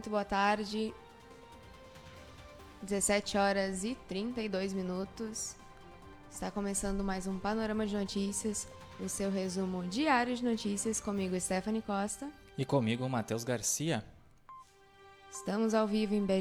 Muito boa tarde. 17 horas e 32 minutos. Está começando mais um Panorama de Notícias, o seu resumo diário de notícias, comigo, Stephanie Costa. E comigo, Matheus Garcia. Estamos ao vivo em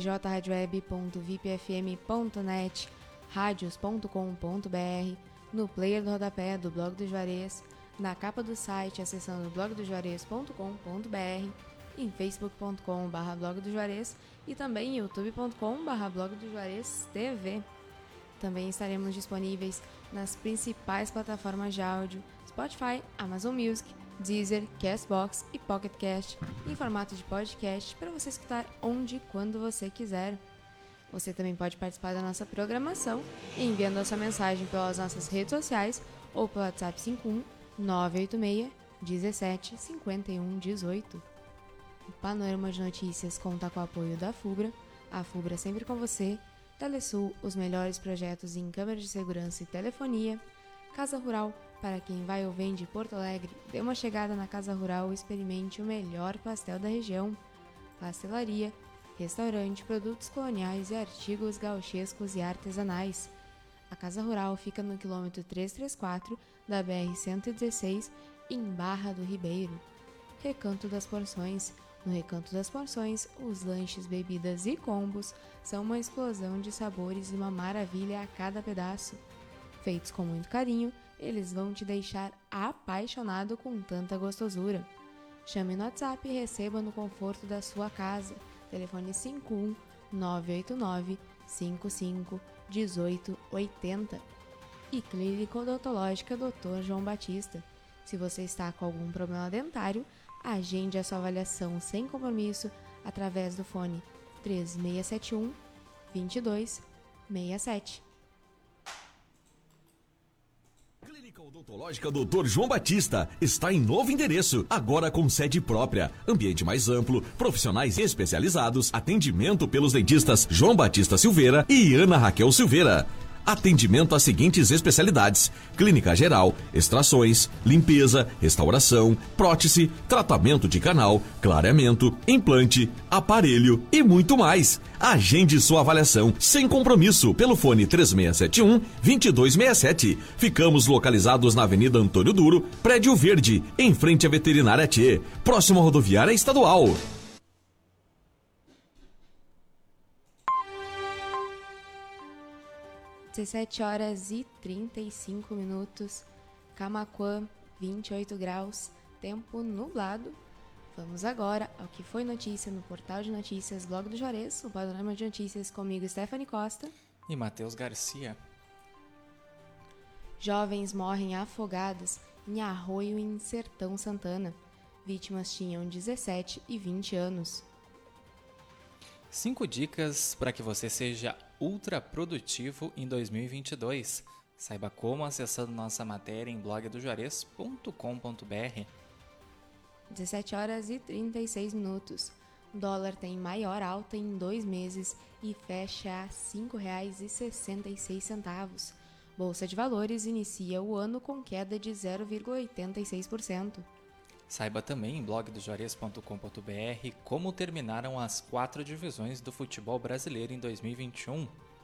bjradioweb.vipfm.net, radios.com.br, no player do rodapé do Blog do Juarez, na capa do site acessando blogdojuarez.com.br, em facebook.com/blog do Juarez e também em youtube.com/blog do Juarez TV. Também estaremos disponíveis nas principais plataformas de áudio, Spotify, Amazon Music, Deezer, Castbox e Pocket Cast, em formato de podcast para você escutar onde e quando você quiser. Você também pode participar da nossa programação enviando a sua mensagem pelas nossas redes sociais ou pelo WhatsApp 51 986 17 51 18. O Panorama de Notícias conta com o apoio da FUBRA, a FUBRA sempre com você, Telesul, os melhores projetos em câmeras de segurança e telefonia, Casa Rural, para quem vai ou vem de Porto Alegre, dê uma chegada na Casa Rural e experimente o melhor pastel da região, pastelaria, restaurante, produtos coloniais e artigos gauchescos e artesanais. A Casa Rural fica no quilômetro 334 da BR-116, em Barra do Ribeiro. Recanto das Porções. No Recanto das Porções, os lanches, bebidas e combos são uma explosão de sabores e uma maravilha a cada pedaço. Feitos com muito carinho, eles vão te deixar apaixonado com tanta gostosura. Chame no WhatsApp e receba no conforto da sua casa. Telefone 51 989 55 1880. E Clínica Odontológica Dr. João Batista. Se você está com algum problema dentário, agende a sua avaliação sem compromisso através do fone 3671 2267. Clínica Odontológica Dr. João Batista está em novo endereço, agora com sede própria, ambiente mais amplo, profissionais especializados, atendimento pelos dentistas João Batista Silveira e Ana Raquel Silveira. Atendimento às seguintes especialidades: clínica geral, extrações, limpeza, restauração, prótese, tratamento de canal, clareamento, implante, aparelho e muito mais. Agende sua avaliação sem compromisso pelo fone 3671-2267. Ficamos localizados na Avenida Antônio Duro, Prédio Verde, em frente à Veterinária Tchê, próximo à rodoviária estadual. 17 horas e 35 minutos, Camaquã, 28 graus, tempo nublado. Vamos agora ao que foi notícia no portal de notícias Blog do Juarez, o Panorama de Notícias comigo, Stephanie Costa. E Matheus Garcia. Jovens morrem afogados em arroio em Sertão Santana. Vítimas tinham 17 e 20 anos. 5 dicas para que você seja ultra produtivo em 2022. Saiba como acessando nossa matéria em blogdojuarez.com.br. 17 horas e 36 minutos. O dólar tem maior alta em 2 meses e fecha a R$ 5,66. Bolsa de Valores inicia o ano com queda de 0,86%. Saiba também em blogdojuarez.com.br como terminaram as 4 divisões do futebol brasileiro em 2021.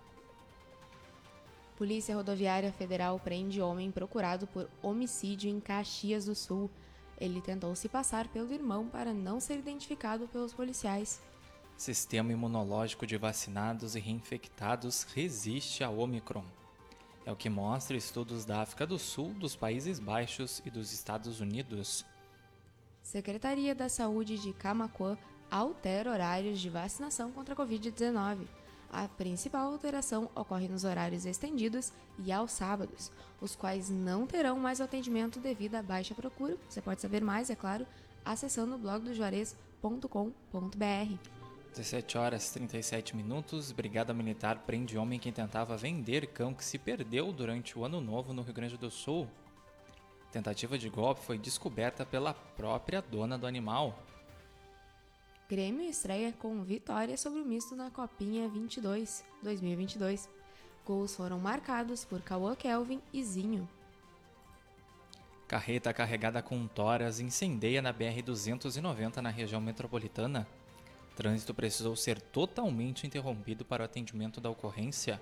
Polícia Rodoviária Federal prende homem procurado por homicídio em Caxias do Sul. Ele tentou se passar pelo irmão para não ser identificado pelos policiais. Sistema imunológico de vacinados e reinfectados resiste ao Omicron. É o que mostra estudos da África do Sul, dos Países Baixos e dos Estados Unidos. Secretaria da Saúde de Camaquã altera horários de vacinação contra a Covid-19. A principal alteração ocorre nos horários estendidos e aos sábados, os quais não terão mais atendimento devido à baixa procura. Você pode saber mais, é claro, acessando blogdojuarez.com.br. 17 horas e 37 minutos. Brigada Militar prende homem que tentava vender cão que se perdeu durante o Ano Novo no Rio Grande do Sul. Tentativa de golpe foi descoberta pela própria dona do animal. Grêmio estreia com vitória sobre o misto na Copinha 2022. Gols foram marcados por Cauã Kelvin e Zinho. Carreta carregada com toras incendeia na BR-290 na região metropolitana. Trânsito precisou ser totalmente interrompido para o atendimento da ocorrência.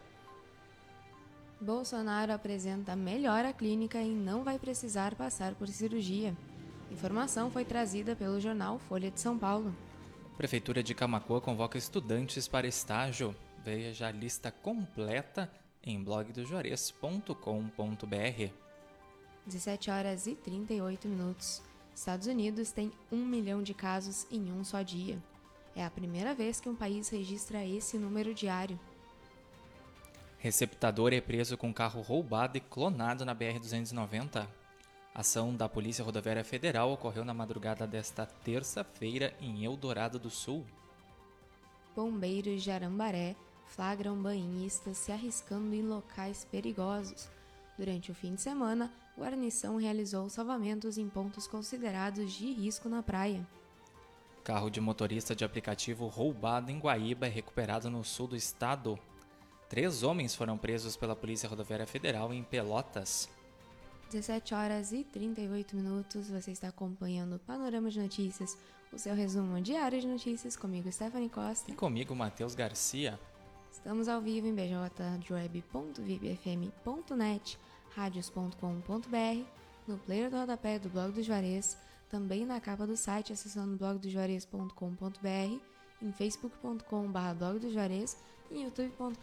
Bolsonaro apresenta melhora clínica e não vai precisar passar por cirurgia. Informação foi trazida pelo jornal Folha de São Paulo. Prefeitura de Camaquã convoca estudantes para estágio. Veja a lista completa em blogdojuarez.com.br. 17 horas e 38 minutos. Estados Unidos tem 1 milhão de casos em um só dia. É a primeira vez que um país registra esse número diário. Receptador é preso com carro roubado e clonado na BR-290. Ação da Polícia Rodoviária Federal ocorreu na madrugada desta terça-feira em Eldorado do Sul. Bombeiros de Arambaré flagram banhistas se arriscando em locais perigosos. Durante o fim de semana, a guarnição realizou salvamentos em pontos considerados de risco na praia. Carro de motorista de aplicativo roubado em Guaíba é recuperado no sul do estado. 3 homens foram presos pela Polícia Rodoviária Federal em Pelotas. 17 horas e 38 minutos, você está acompanhando o Panorama de Notícias, o seu resumo diário de notícias, comigo Stephanie Costa. E comigo Matheus Garcia. Estamos ao vivo em bjweb.vibfm.net, radios.com.br, no player do rodapé do Blog do Juarez, também na capa do site acessando blogdojuarez.com.br, em facebook.com/blogdojuarez e em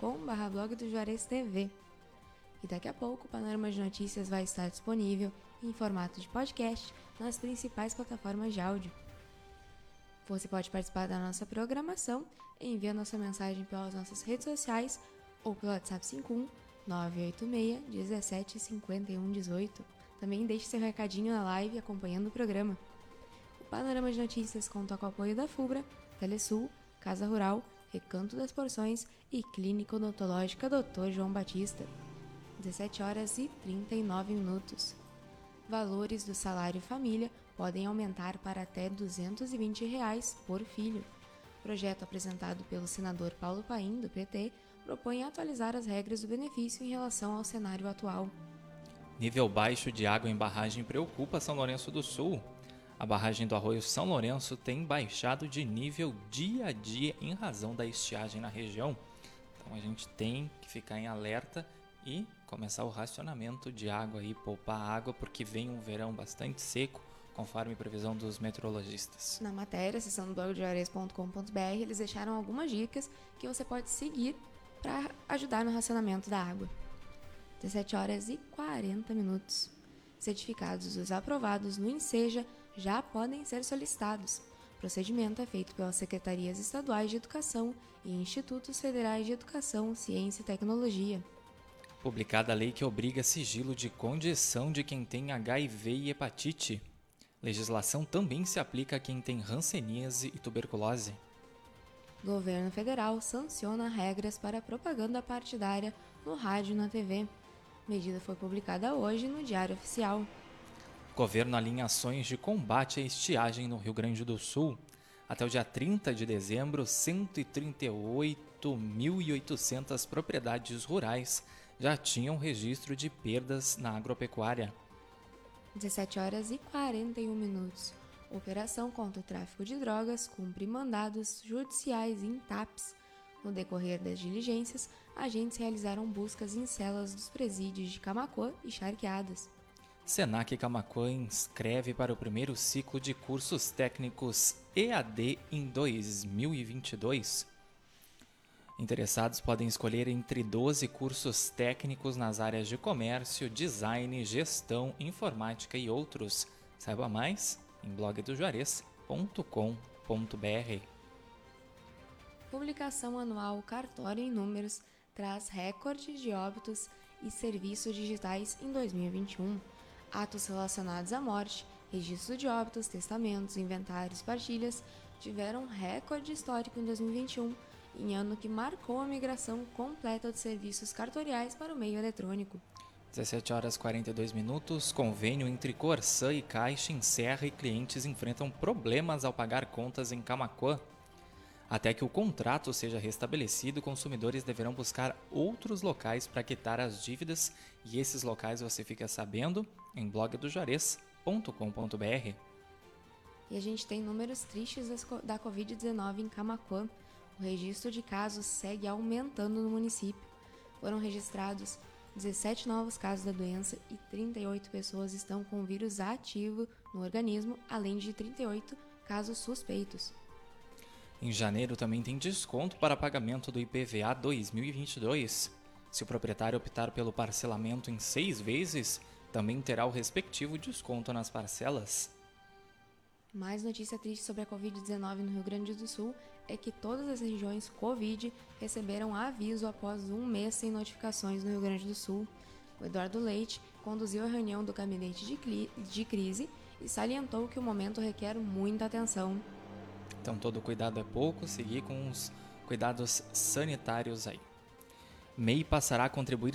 youtube.com/blogdojuarez-tv. E daqui a pouco o Panorama de Notícias vai estar disponível em formato de podcast nas principais plataformas de áudio. Você pode participar da nossa programação enviando a sua mensagem pelas nossas redes sociais ou pelo WhatsApp 51 986 17 51 18. Também deixe seu recadinho na live acompanhando o programa. O Panorama de Notícias conta com o apoio da FUBRA, Telesul, Casa Rural, Recanto das Porções e Clínica Odontológica Dr. João Batista. 17 horas e 39 minutos. Valores do salário família podem aumentar para até R$ 220 por filho. O projeto apresentado pelo senador Paulo Paim, do PT, propõe atualizar as regras do benefício em relação ao cenário atual. Nível baixo de água em barragem preocupa São Lourenço do Sul. A barragem do Arroio São Lourenço tem baixado de nível dia a dia em razão da estiagem na região. Então a gente tem que ficar em alerta e começar o racionamento de água e poupar água, porque vem um verão bastante seco, conforme previsão dos meteorologistas. Na matéria, acessando blogdojuarez.com.br, eles deixaram algumas dicas que você pode seguir para ajudar no racionamento da água. 17 horas e 40 minutos. Certificados dos aprovados no Enseja já podem ser solicitados. O procedimento é feito pelas Secretarias Estaduais de Educação e Institutos Federais de Educação, Ciência e Tecnologia. Publicada a lei que obriga sigilo de condição de quem tem HIV e hepatite. Legislação também se aplica a quem tem hanseníase e tuberculose. Governo Federal sanciona regras para propaganda partidária no rádio e na TV. Medida foi publicada hoje no Diário Oficial. Governo alinha ações de combate à estiagem no Rio Grande do Sul. Até o dia 30 de dezembro, 138.800 propriedades rurais já tinham registro de perdas na agropecuária. 17 horas e 41 minutos. Operação contra o tráfico de drogas cumpre mandados judiciais em TAPs. No decorrer das diligências, agentes realizaram buscas em celas dos presídios de Camaquã e Charqueadas. Senac Camaquã inscreve para o primeiro ciclo de cursos técnicos EAD em 2022. Interessados podem escolher entre 12 cursos técnicos nas áreas de comércio, design, gestão, informática e outros. Saiba mais em blogdojuarez.com.br. Publicação anual Cartório em Números traz recorde de óbitos e serviços digitais em 2021. Atos relacionados à morte, registro de óbitos, testamentos, inventários, partilhas tiveram recorde histórico em 2021, em ano que marcou a migração completa dos serviços cartoriais para o meio eletrônico. 17 horas e 42 minutos, convênio entre Corsã e Caixa encerra e clientes enfrentam problemas ao pagar contas em Camaquã. Até que o contrato seja restabelecido, consumidores deverão buscar outros locais para quitar as dívidas, e esses locais você fica sabendo em blogdojuarez.com.br. E a gente tem números tristes da Covid-19 em Camaquã. O registro de casos segue aumentando no município. Foram registrados 17 novos casos da doença e 38 pessoas estão com o vírus ativo no organismo, além de 38 casos suspeitos. Em janeiro também tem desconto para pagamento do IPVA 2022. Se o proprietário optar pelo parcelamento em 6 vezes, também terá o respectivo desconto nas parcelas. Mais notícia triste sobre a Covid-19 no Rio Grande do Sul é que todas as regiões Covid receberam aviso após um mês sem notificações no Rio Grande do Sul. O Eduardo Leite conduziu a reunião do gabinete de crise e salientou que o momento requer muita atenção. Então todo cuidado é pouco, seguir com os cuidados sanitários aí. MEI passará a contribuir R$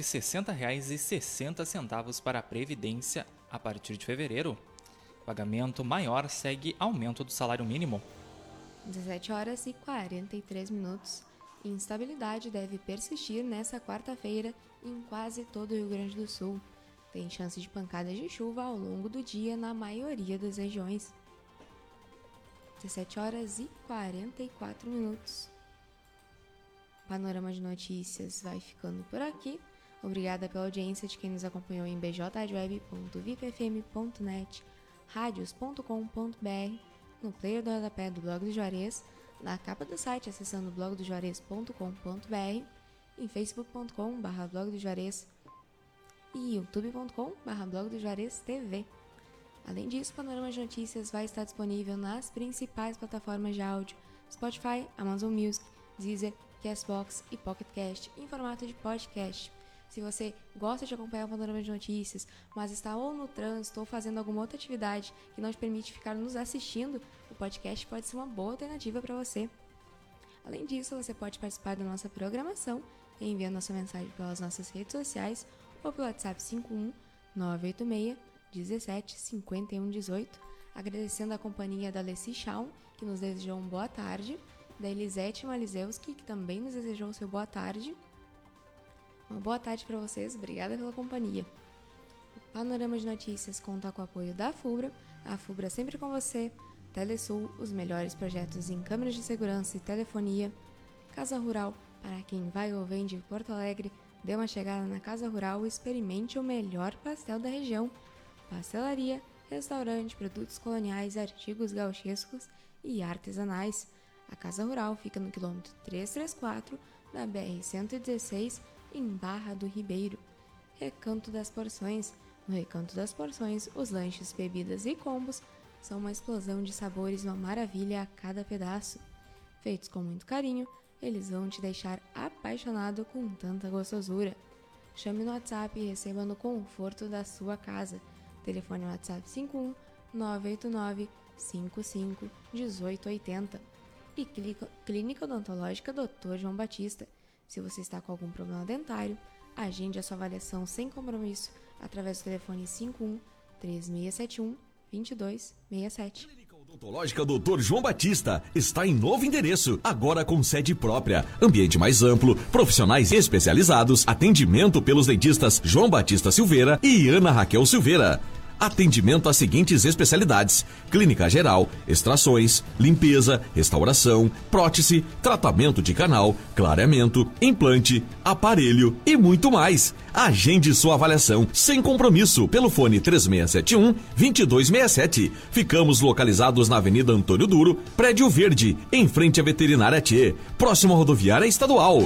60,60 para a Previdência a partir de fevereiro. Pagamento maior segue aumento do salário mínimo. 17 horas e 43 minutos. Instabilidade deve persistir nesta quarta-feira em quase todo o Rio Grande do Sul. Tem chance de pancadas de chuva ao longo do dia na maioria das regiões. 17 horas e 44 minutos. Panorama de Notícias vai ficando por aqui. Obrigada pela audiência de quem nos acompanhou em bjweb.vipfm.net, radios.com.br, no player do rodapé do Blog do Juarez, na capa do site acessando blogdojuarez.com.br, em facebook.com/blogdojuarez e youtube.com/blogdojuarez.tv. Além disso, o Panorama de Notícias vai estar disponível nas principais plataformas de áudio: Spotify, Amazon Music, Deezer, Castbox e Pocket Cast em formato de podcast. Se você gosta de acompanhar o Panorama de Notícias, mas está ou no trânsito ou fazendo alguma outra atividade que não te permite ficar nos assistindo, o podcast pode ser uma boa alternativa para você. Além disso, você pode participar da nossa programação enviando a sua mensagem pelas nossas redes sociais ou pelo WhatsApp 51 986 17 51 18, agradecendo a companhia da Alessi Shawn, que nos desejou uma boa tarde, da Elisete Malizewski, que também nos desejou seu boa tarde. Uma boa tarde para vocês, obrigada pela companhia. O Panorama de Notícias conta com o apoio da FUBRA, a FUBRA sempre com você, Telesul, os melhores projetos em câmeras de segurança e telefonia, Casa Rural, para quem vai ou vem de Porto Alegre, dê uma chegada na Casa Rural e experimente o melhor pastel da região, pastelaria, restaurante, produtos coloniais, artigos gauchescos e artesanais. A Casa Rural fica no quilômetro 334 da BR-116, em Barra do Ribeiro. Recanto das Porções. No Recanto das Porções, os lanches, bebidas e combos são uma explosão de sabores e uma maravilha a cada pedaço. Feitos com muito carinho, eles vão te deixar apaixonado com tanta gostosura. Chame no WhatsApp e receba no conforto da sua casa. Telefone WhatsApp 51 989 55 1880. E Clínica Odontológica Dr. João Batista. Se você está com algum problema dentário, agende a sua avaliação sem compromisso através do telefone 51 3671 2267. Clínica Odontológica Dr. João Batista está em novo endereço, agora com sede própria, ambiente mais amplo, profissionais especializados, atendimento pelos dentistas João Batista Silveira e Ana Raquel Silveira. Atendimento às seguintes especialidades: clínica geral, extrações, limpeza, restauração, prótese, tratamento de canal, clareamento, implante, aparelho e muito mais. Agende sua avaliação sem compromisso pelo fone 3671-2267. Ficamos localizados na Avenida Antônio Duro, Prédio Verde, em frente à Veterinária Tchê, próximo à rodoviária estadual.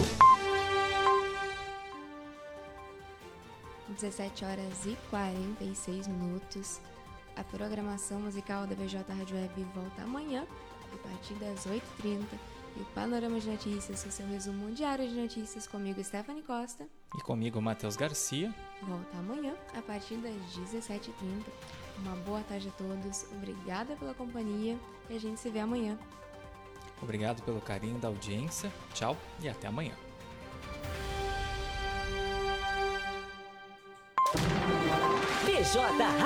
17 horas e 46 minutos. A programação musical da BJ Rádio Web volta amanhã, a partir das 8h30. E o Panorama de Notícias, o seu resumo diário de notícias, comigo, Stephanie Costa. E comigo, Matheus Garcia. Volta amanhã, a partir das 17h30. Uma boa tarde a todos, obrigada pela companhia e a gente se vê amanhã. Obrigado pelo carinho da audiência, tchau e até amanhã. BJ